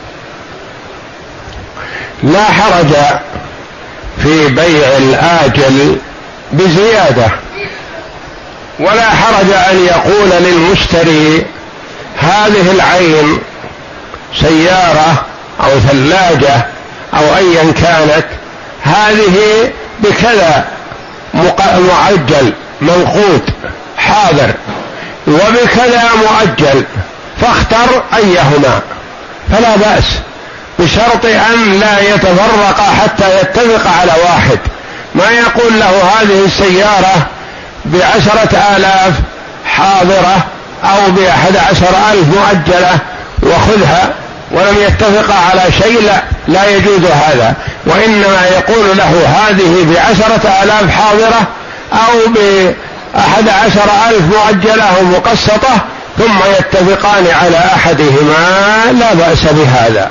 لا حرج في بيع الآجل بزيادة، ولا حرج أن يقول للمشتري: هذه العين سيارة أو ثلاجة أو أيا كانت، هذه بكذا معجل منقود حاضر وبكذا مؤجل، فاختر أيهما، فلا بأس، بشرط أن لا يتفرق حتى يتفق على واحد. ما يقول له هذه السيارة بعشرة آلاف حاضرة أو بأحد عشر ألف مؤجلة وخذها، ولم يتفق على شيء، لا, لا يجوز هذا، وإنما يقول له هذه بعشرة آلاف حاضرة أو بأحد عشر ألف مؤجلة ومقسطة، ثم يتفقان على أحدهما، لا بأس بهذا.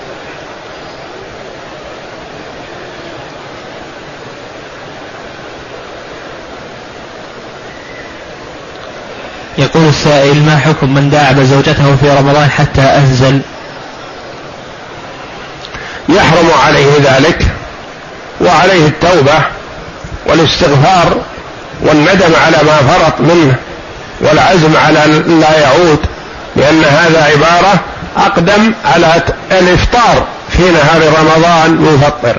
يقول السائل: ما حكم من داعب زوجته في رمضان حتى أنزل؟ يحرم عليه ذلك، وعليه التوبة والاستغفار والندم على ما فرط منه والعزم على لا يعود، لأن هذا عبارة أقدم على الإفطار في نهار رمضان يفطر،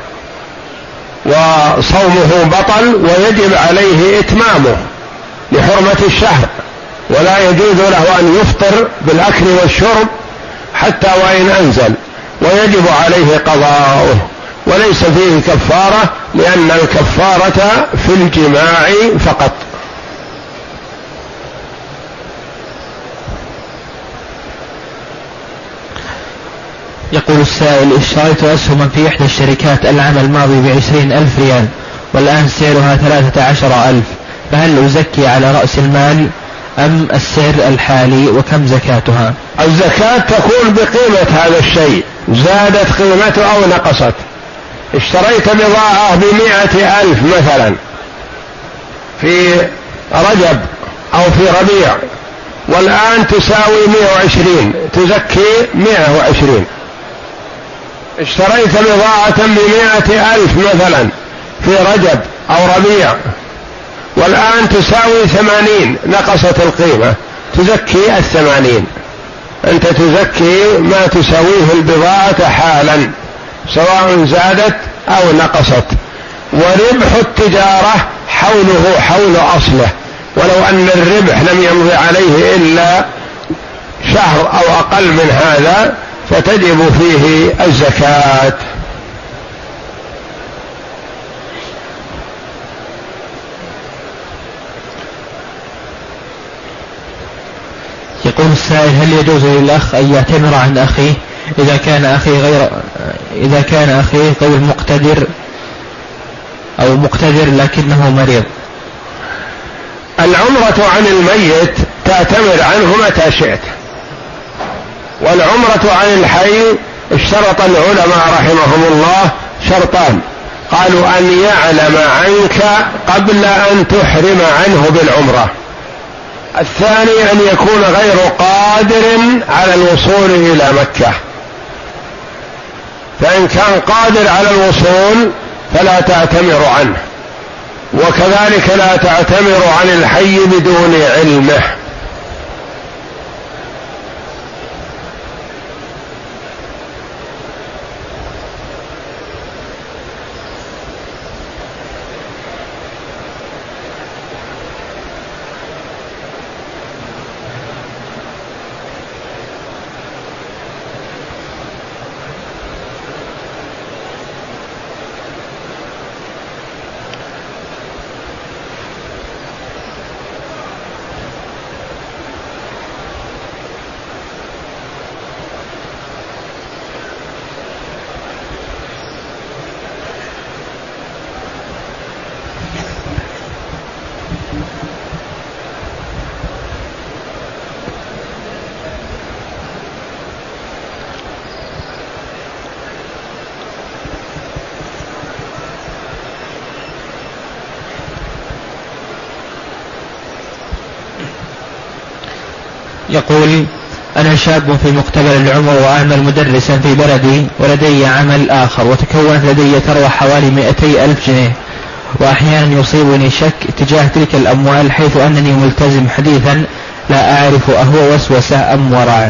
وصومه بطل ويجب عليه إتمامه لحرمة الشهر، ولا يجوز له أن يفطر بالأكل والشرب حتى وإن أنزل، ويجب عليه قضاؤه وليس فيه كفارة، لأن الكفارة في الجماع فقط. يقول السائل: اشتريت أسهما في إحدى الشركات العام الماضي بعشرين ألف ريال، والآن سعرها ثلاثة عشر ألف، فهل أزكي على رأس المال أم السعر الحالي، وكم زكاتها؟ الزكاة تكون بقيمة هذا الشيء، زادت قيمته أو نقصت. اشتريت بضاعة بمائة ألف مثلا في رجب أو في ربيع، والآن تساوي مئة وعشرين، تزكي مئة وعشرين. اشتريت بضاعة بمائة ألف مثلا في رجب أو ربيع، والآن تساوي ثمانين، نقصت القيمة، تزكي الثمانين. أنت تزكي ما تساويه البضاعة حالا سواء زادت أو نقصت. وربح التجارة حوله حول أصله، ولو أن الربح لم يمضي عليه إلا شهر أو أقل من هذا فتجب فيه الزكاة. يقول السائل: هل يجوز للأخ أن يعتمر عن أخيه إذا كان أخيه غير إذا كان أخيه غير مقتدر أو مقتدر لكنه مريض؟ العمرة عن الميت تعتمر عنه متى شئت، والعمرة عن الحي اشترط العلماء رحمهم الله شرطان، قالوا أن يعلم عنك قبل أن تحرم عنه بالعمرة، الثاني أن يكون غير قادر على الوصول إلى مكة، فإن كان قادر على الوصول فلا تعتمر عنه، وكذلك لا تعتمر عن الحي بدون علمه. يقول: أنا شاب في مقتبل العمر وأعمل مدرسا في بلدي، ولدي عمل آخر، وتكونت لدي ثروة حوالي مئتي ألف جنيه، وأحيانا يصيبني شك تجاه تلك الأموال، حيث أنني ملتزم حديثا لا أعرف أهو وسوسة أم ورع.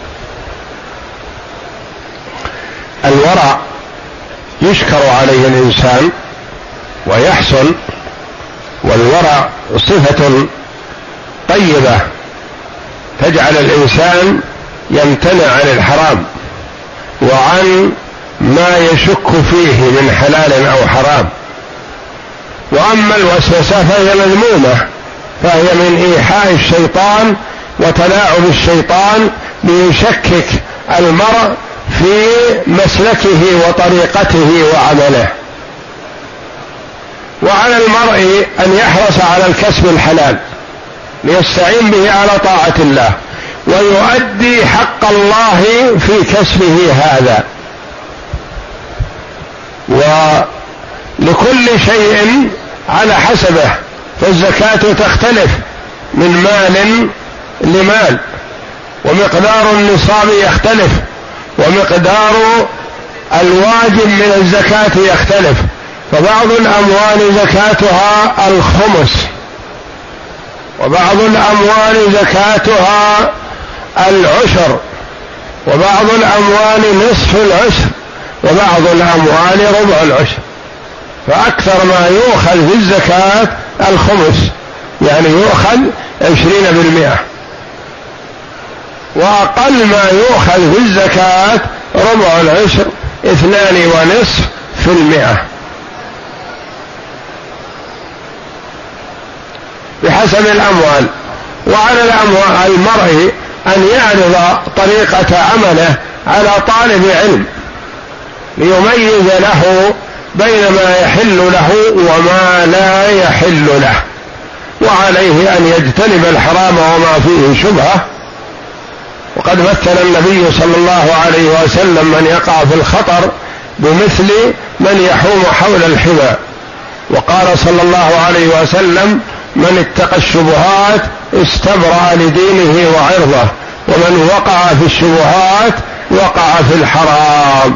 الورع يشكر عليه الإنسان ويحسن، والورع صفة طيبة تجعل الإنسان يمتنع عن الحرام وعن ما يشك فيه من حلال أو حرام. وأما الوسوسة فهي مذمومة، فهي من إيحاء الشيطان وتلاعب الشيطان ليشكك المرء في مسلكه وطريقته وعمله. وعلى المرء أن يحرص على الكسب الحلال ليستعين به على طاعة الله، ويؤدي حق الله في كسبه هذا. ولكل شيء على حسبه، فالزكاة تختلف من مال لمال، ومقدار النصاب يختلف، ومقدار الواجب من الزكاة يختلف، فبعض الأموال زكاتها الخمس، وبعض الأموال زكاتها العشر، وبعض الأموال نصف العشر، وبعض الأموال ربع العشر، فأكثر ما يؤخذ في الزكاة الخمس، يعني يؤخذ عشرين بالمئة، وأقل ما يؤخذ في الزكاة ربع العشر اثنان ونصف في المئة بحسب الأموال. وعلى الأموال المرء أن يعرض طريقة عمله على طالب علم ليميز له بين ما يحل له وما لا يحل له، وعليه أن يجتنب الحرام وما فيه شبهة. وقد مثل النبي صلى الله عليه وسلم من يقع في الخطر بمثل من يحوم حول الحمى، وقال صلى الله عليه وسلم: من اتقى الشبهات استبرأ لدينه وعرضه، ومن وقع في الشبهات وقع في الحرام.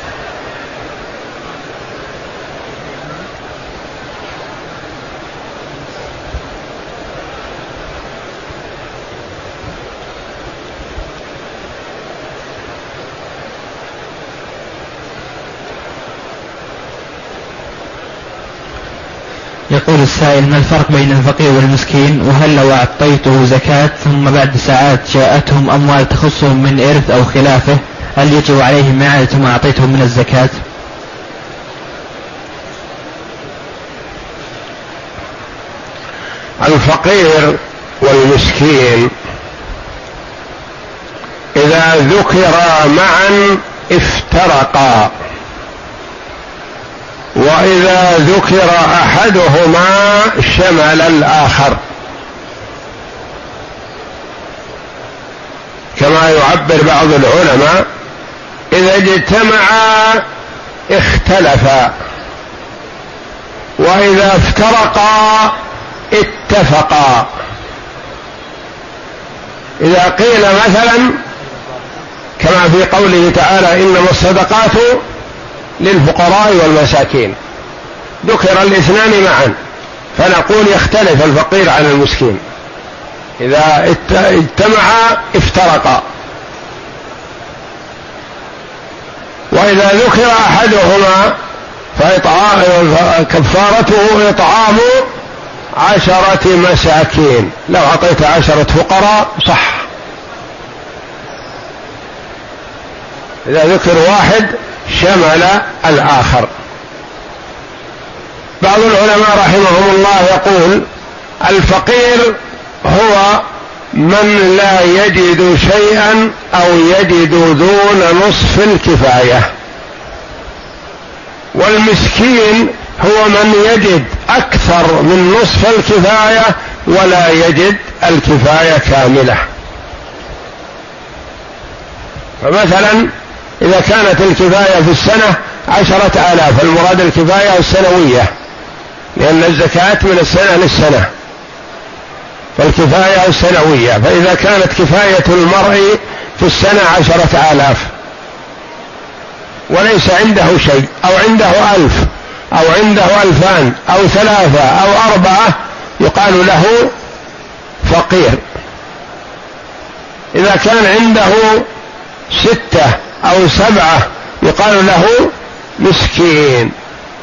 يقول السائل: ما الفرق بين الفقير والمسكين؟ وهل لو أعطيته زكاة ثم بعد ساعات جاءتهم أموال تخصهم من إرث أو خلافه، هل يجب عليهم إعادة ما أعطيتهم من الزكاة؟ الفقير والمسكين إذا ذكرا معا افترقا، وإذا ذكر أحدهما شمل الآخر، كما يعبر بعض العلماء: إذا اجتمعا اختلفا، وإذا افترقا اتفقا. إذا قيل مثلا كما في قوله تعالى: إنما الصدقات للفقراء والمساكين، ذكر الاثنان معا، فنقول يختلف الفقير عن المسكين. إذا اجتمعا افترقا، وإذا ذكر أحدهما فكفارته إطعام عشرة مساكين. لو أعطيت عشرة فقراء صح. إذا ذكر واحد شمل الآخر. بعض العلماء رحمهم الله يقول: الفقير هو من لا يجد شيئا أو يجد دون نصف الكفاية، والمسكين هو من يجد أكثر من نصف الكفاية ولا يجد الكفاية كاملة. فمثلا إذا كانت الكفاية في السنة عشرة آلاف، المراد الكفاية السنوية، لأن الزكاة من السنة للسنة، فالكفاية السنوية. فإذا كانت كفاية المرء في السنة عشرة آلاف وليس عنده شيء، أو عنده ألف أو عنده ألفان أو ثلاثة أو أربعة، يقال له فقير. إذا كان عنده ستة أو سبعة يقال له مسكين.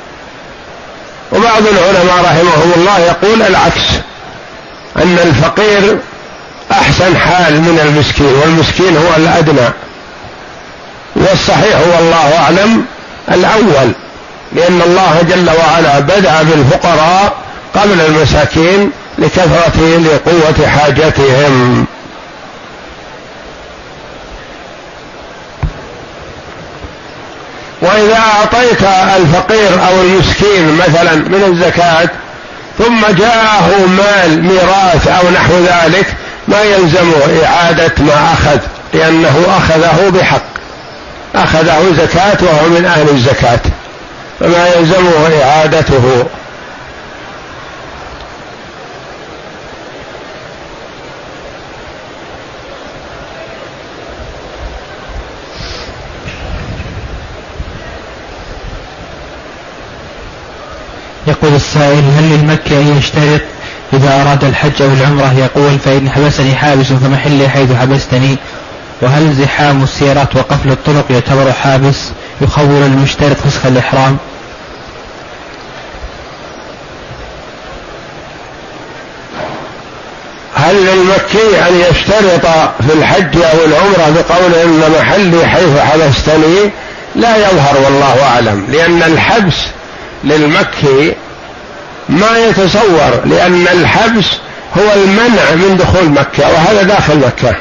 وبعض العلماء رحمهم الله يقول العكس، أن الفقير أحسن حال من المسكين، والمسكين هو الأدنى. والصحيح والله أعلم الأول، لأن الله جل وعلا بدأ بالفقراء قبل المساكين لكثرة لقوة حاجتهم. وإذا أعطيت الفقير أو المسكين مثلا من الزكاة ثم جاءه مال ميراث أو نحو ذلك، ما يلزمه إعادة ما أخذ، لأنه أخذه بحق، أخذه زكاة وهو من أهل الزكاة، فما يلزمه إعادته. يقول السائل: هل للمكي أن يشترط إذا أراد الحج أو العمرة؟ يقول: فإن حبسني حابس فمحلي حيث حبستني. وهل زحام السيارات وقفل الطرق يعتبر حابس يخول المشترط فسخ الإحرام؟ هل للمكي أن يشترط في الحج أو العمرة بقول إن محلي حيث حبستني؟ لا يظهر والله أعلم، لأن الحبس للمكي ما يتصور، لأن الحبس هو المنع من دخول مكة، وهذا داخل مكة.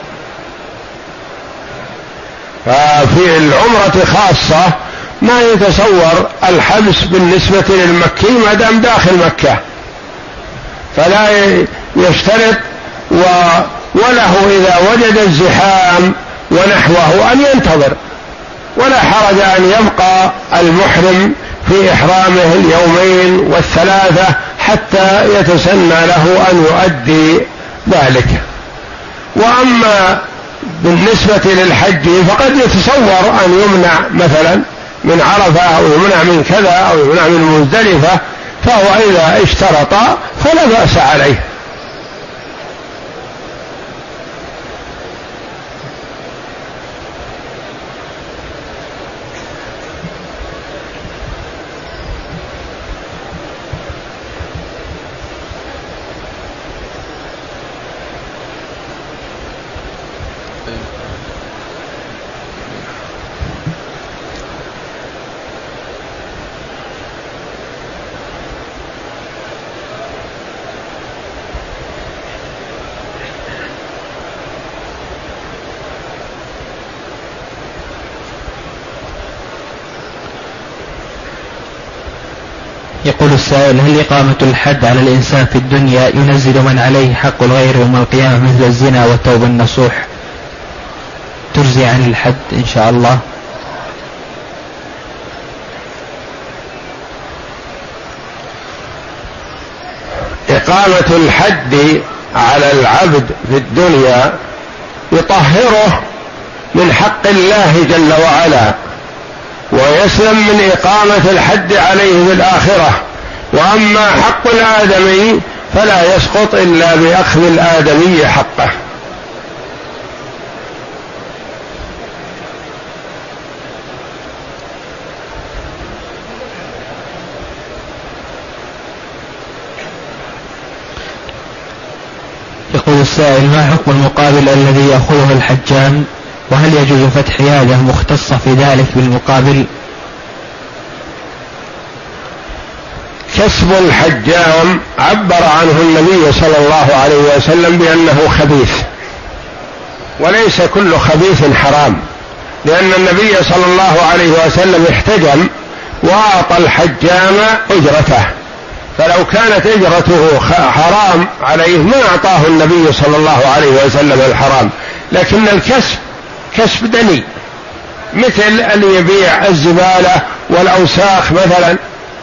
ففي العمرة خاصة ما يتصور الحبس بالنسبة للمكي ما دام داخل مكة، فلا يشترط، وله إذا وجد الزحام ونحوه أن ينتظر، ولا حرج أن يبقى المحرم في إحرامه اليومين والثلاثة حتى يتسنى له أن يؤدي ذلك. وأما بالنسبة للحج فقد يتصور أن يمنع مثلا من عرفة أو يمنع من كذا أو يمنع من مزدلفة، فهو إذا اشترط فلا بأس عليه. يقول السائل: هل إقامة الحد على الإنسان في الدنيا ينزل من عليه حق الغير يوم القيامة مثل الزنا والتوبة النصوح ترزي عن الحد إن شاء الله؟ إقامة الحد على العبد في الدنيا يطهره من حق الله جل وعلا، ويسلم من إقامة الحد عليه في الآخرة. وأما حق الآدمي فلا يسقط إلا بأخذ الآدمي حقه. يقول السائل: ما حكم المقابل الذي يأخذه الحجام، وهل يجوز فتح عيادة مختصة في ذلك بالمقابل؟ كسب الحجام عبر عنه النبي صلى الله عليه وسلم بأنه خبيث، وليس كل خبيث حرام، لأن النبي صلى الله عليه وسلم احتجم وأعطى الحجام أجرته، فلو كانت أجرته حرام عليه ما أعطاه النبي صلى الله عليه وسلم الحرام. لكن الكسب كسب دني، مثل اللي يبيع الزبالة والأوساخ مثلا،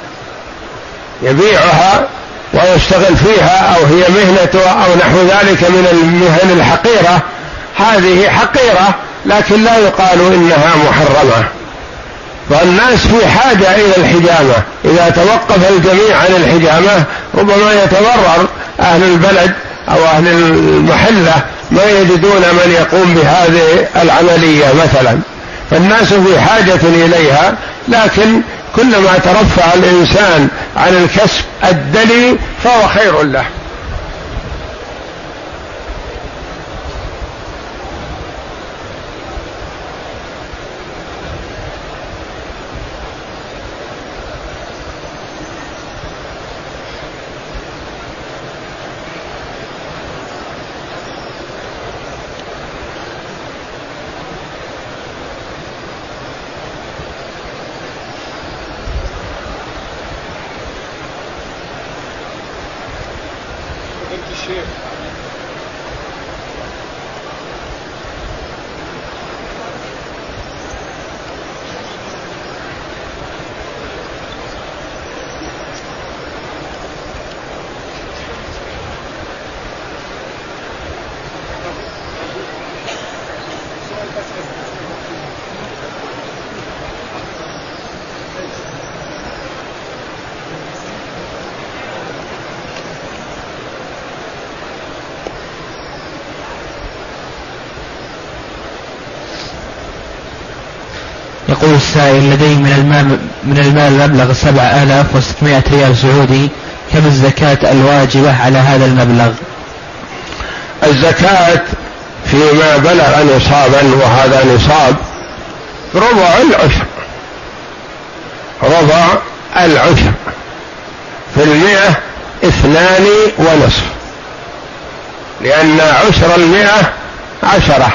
يبيعها ويشتغل فيها، أو هي مهنته أو نحو ذلك من المهن الحقيرة، هذه حقيرة لكن لا يقال إنها محرمة. فالناس في حاجة إلى الحجامة، إذا توقف الجميع عن الحجامة ربما يتضرر أهل البلد أو أهل المحلة، ما يجدون من يقوم بهذه العملية مثلا، فالناس في حاجة إليها. لكن كلما ترفع الإنسان عن الكسب الدلي فهو خير له. يقول السائل: لدي من المال من المال مبلغ سبعة آلاف وستمائة ريال سعودي، كم الزكاة الواجبة على هذا المبلغ؟ الزكاة فيما بلغ نصابا، وهذا نصاب، ربع العشر، ربع العشر في المئة اثنان ونصف، لأن عشر المئة عشرة،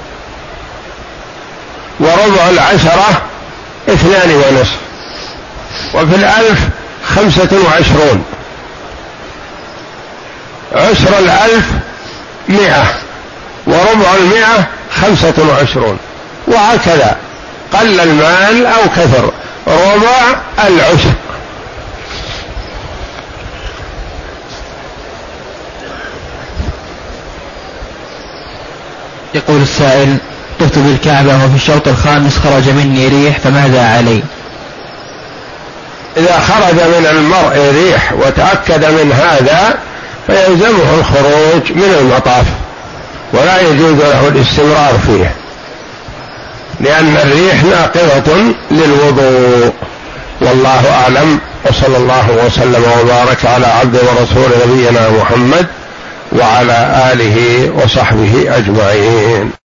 وربع العشرة اثنان ونصف، وفي الألف خمسة وعشرون، عشر الألف مئة، وربع المئة خمسة وعشرون، وهكذا قل المال أو كثر، ربع العشر. يقول السائل: طفت بالكعبة وفي الشوط الخامس خرج مني ريح، فماذا علي؟ إذا خرج من المرء ريح وتأكد من هذا فيلزمه الخروج من المطاف، ولا يجوز له الاستمرار فيه، لأن الريح ناقضة للوضوء. والله أعلم، وصلى الله وسلم وبارك على عبد ورسول نبينا محمد وعلى آله وصحبه أجمعين.